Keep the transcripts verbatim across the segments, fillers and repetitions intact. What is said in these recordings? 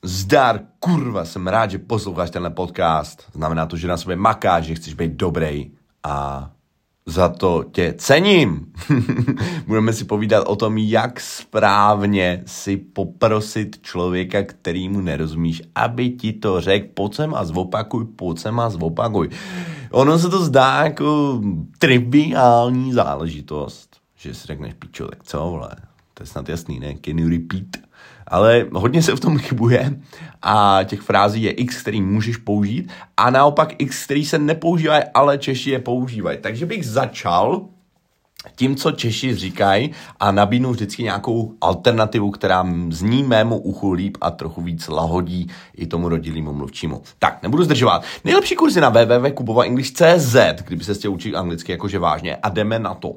Zdar, kurva, jsem rád, že posloucháš tenhle podcast. Znamená to, že na sobě makáš, že chceš být dobrý a za to tě cením. Budeme si povídat o tom, jak správně si poprosit člověka, kterýmu nerozumíš, aby ti to řekl, pojď sem a zopakuj, pojď sem a zopakuj. Ono se to zdá jako triviální záležitost, že si řekneš, pičo, tak co, vole, to je snad jasný, ne? Can you repeat? Ale hodně se v tom chybuje a těch frází je x, který můžeš použít a naopak x, který se nepoužívají, ale Češi je používají. Takže bych začal tím, co Češi říkají a nabídnu vždycky nějakou alternativu, která zní mému uchu líp a trochu víc lahodí i tomu rodilýmu mluvčímu. Tak, nebudu zdržovat. Nejlepší kurzy na w w w tečka kubova english tečka c z, kdyby se chtěl učit anglicky jakože vážně a jdeme na to.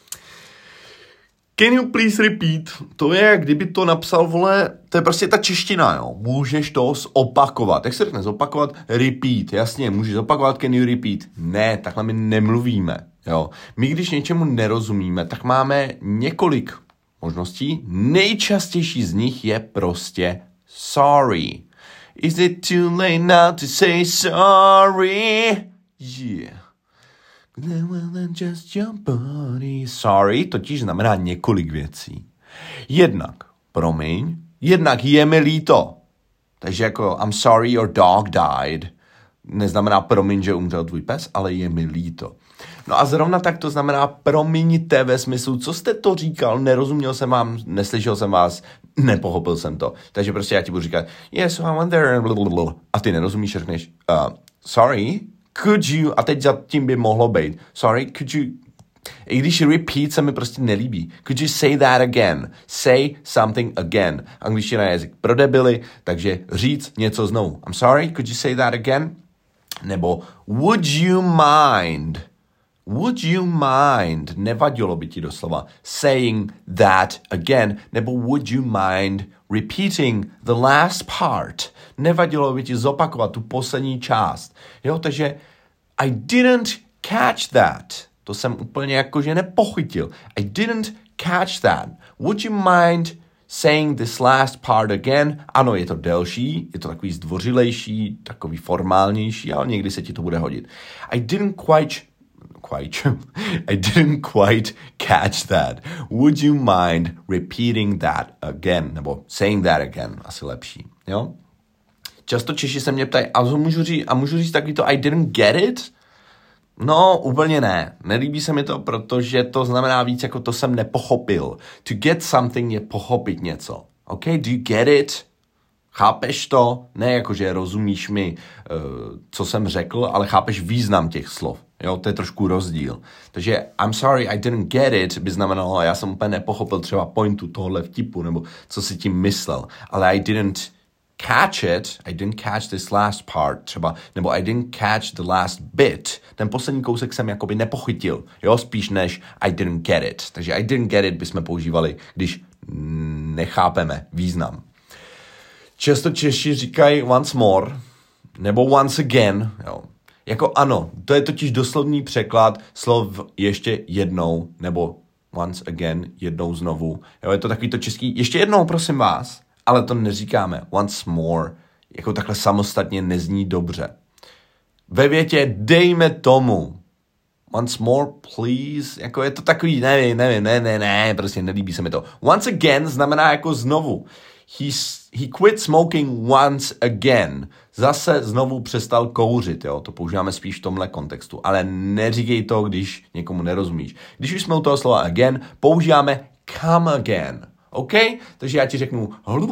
Can you please repeat? To je, kdyby to napsal, vole, to je prostě ta čeština, jo. Můžeš to zopakovat. Jak se řekne zopakovat? Repeat. Jasně, můžeš zopakovat, can you repeat? Ne, takhle my nemluvíme, jo. My, když něčemu nerozumíme, tak máme několik možností. Nejčastější z nich je prostě sorry. Is it too late now to say sorry? Yeah. Just your body. Sorry totiž znamená několik věcí. Jednak promiň, jednak je mi líto. Takže jako I'm sorry your dog died. Neznamená promiň, že umřel tvůj pes, ale je mi líto. No a zrovna tak to znamená promiňte ve smyslu, co jste to říkal, nerozuměl jsem vám, neslyšel jsem vás, nepochopil jsem to. Takže prostě já ti budu říkat yes, I went there a ty nerozumíš, řekneš uh, sorry. Could you, a teď za tím by mohlo být, sorry, could you, i když repeat se mi prostě nelíbí, could you say that again, say something again, angličtina je jazyk pro debily, takže říct něco znovu, I'm sorry, could you say that again, nebo would you mind, would you mind, nevadilo by ti doslova, saying that again, nebo would you mind repeating the last part, nevadilo by ti zopakovat tu poslední část. Jo, takže I didn't catch that. To jsem úplně jakože nepochytil. I didn't catch that. Would you mind saying this last part again? Ano, je to delší, je to takový zdvořilejší, takový formálnější, ale někdy se ti to bude hodit. I didn't quite quite I didn't quite catch that. Would you mind repeating that again? Nebo saying that again, asi lepší, jo? Často Češi se mě ptají, a můžu říct, a můžu říct takový to I didn't get it? No, úplně ne. Nelíbí se mi to, protože to znamená víc jako to jsem nepochopil. To get something je pochopit něco. OK, do you get it? Chápeš to? Ne jako, že rozumíš mi, uh, co jsem řekl, ale chápeš význam těch slov. Jo, to je trošku rozdíl. Takže I'm sorry, I didn't get it by znamenalo, já jsem úplně nepochopil třeba pointu tohohle vtipu, nebo co si tím myslel. Ale I didn't catch it, I didn't catch this last part, třeba, nebo I didn't catch the last bit. Ten poslední kousek jsem jakoby nepochytil, jo, spíš než I didn't get it. Takže I didn't get it bychom používali, když nechápeme význam. Často Češi říkají once more, nebo once again, jo. Jako ano, to je totiž doslovný překlad slov ještě jednou, nebo once again, jednou znovu. Jo, je to takový to český, ještě jednou, prosím vás, ale to neříkáme, once more, jako takhle samostatně nezní dobře. Ve větě dejme tomu, once more, please, jako je to takový, nevím, nevím, ne, ne, ne, prostě nelíbí se mi to. Once again znamená jako znovu. He's, he quit smoking once again. Zase znovu přestal kouřit, jo, to používáme spíš v tomhle kontextu, ale neříkej to, když někomu nerozumíš. Když už jsme u toho slova again, používáme come again, OK? Takže já ti řeknu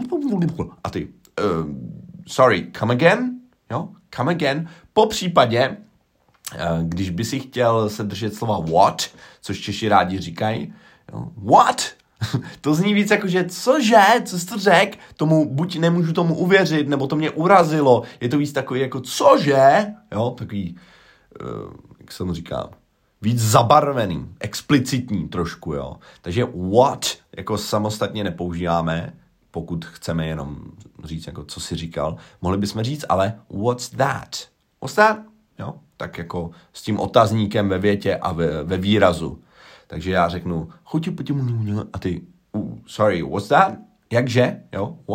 a ty, uh, sorry, come again, jo, come again, po případě, uh, když by si chtěl se držet slova what, což Češi rádi říkají, jo, what? To zní víc jako, že cože, co jsi to řek, tomu buď nemůžu tomu uvěřit, nebo to mě urazilo, je to víc takový jako cože, jo, takový, uh, jak se mu říká, víc zabarvený, explicitní trošku, jo. Takže what jako samostatně nepoužíváme, pokud chceme jenom říct, jako co jsi říkal, mohli bychom říct, ale what's that? What's that? Jo, tak jako s tím otazníkem ve větě a ve, ve výrazu. Takže já řeknu, chuť a ty, uh, sorry, what's that? Jakže, jo, what's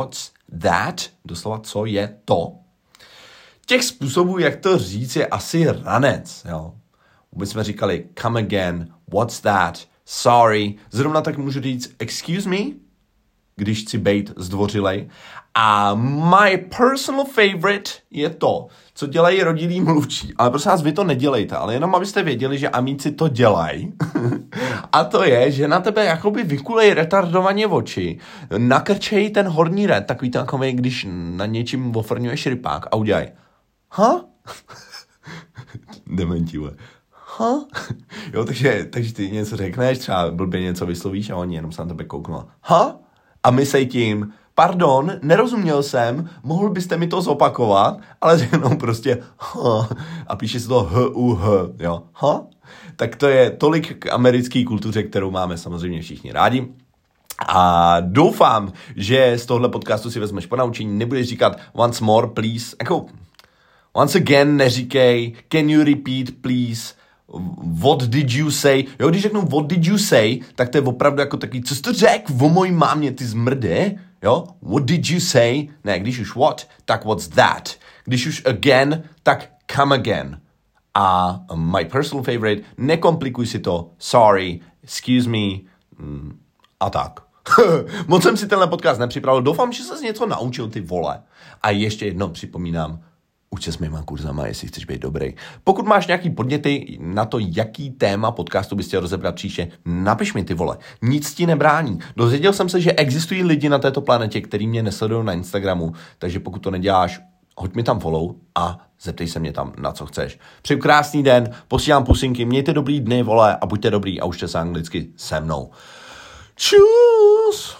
that, doslova co je to. Těch způsobů, jak to říct, je asi ranec, jo. Vůbec jsme říkali come again, what's that, sorry. Zrovna tak můžu říct excuse me, když chci bejt zdvořilej. A my personal favorite je to, co dělají rodilí mluvčí. Ale prosím vás, vy to nedělejte, ale jenom abyste věděli, že amíci to dělají. A to je, že na tebe jakoby vykulej retardovaně oči, nakrčejí ten horní red, takový takový, když na něčím ofrňuješ rypák a udělají ha? Dementivé. Ha? Jo, takže, takže ty něco řekneš, třeba blbě něco vyslovíš a oni jenom se na tebe kouknou. Ha? A myslej tím, pardon, nerozuměl jsem, mohl byste mi to zopakovat, ale řeknou prostě ha, a píše se to h u h, jo, ha? Tak to je tolik k americké kultuře, kterou máme samozřejmě všichni rádi. A doufám, že z tohohle podcastu si vezmeš ponaučení, nebudeš říkat once more, please, jako once again neříkej, can you repeat, please, what did you say, jo, když řeknu what did you say, tak to je opravdu jako takový, co jsi to řekl o mojí mámě, ty zmrde, jo, what did you say, ne, když už what, tak what's that, když už again, tak come again. A my personal favorite, nekomplikuj si to, sorry, excuse me, a tak. Moc jsem si tenhle podcast nepřipravil, doufám, že ses něco naučil, ty vole. A ještě jednou připomínám, uč se s mýma kurzama, jestli chceš být dobrý. Pokud máš nějaký podněty na to, jaký téma podcastu bys chtěl rozebrat příště, napiš mi, ty vole. Nic ti nebrání. Dozvěděl jsem se, že existují lidi na této planetě, který mě nesledují na Instagramu, takže pokud to neděláš, hoď mi tam follow a zeptej se mě tam, na co chceš. Přeju krásný den, posílám pusinky, mějte dobrý dny, vole, a buďte dobrý a učte se anglicky se mnou. Čus!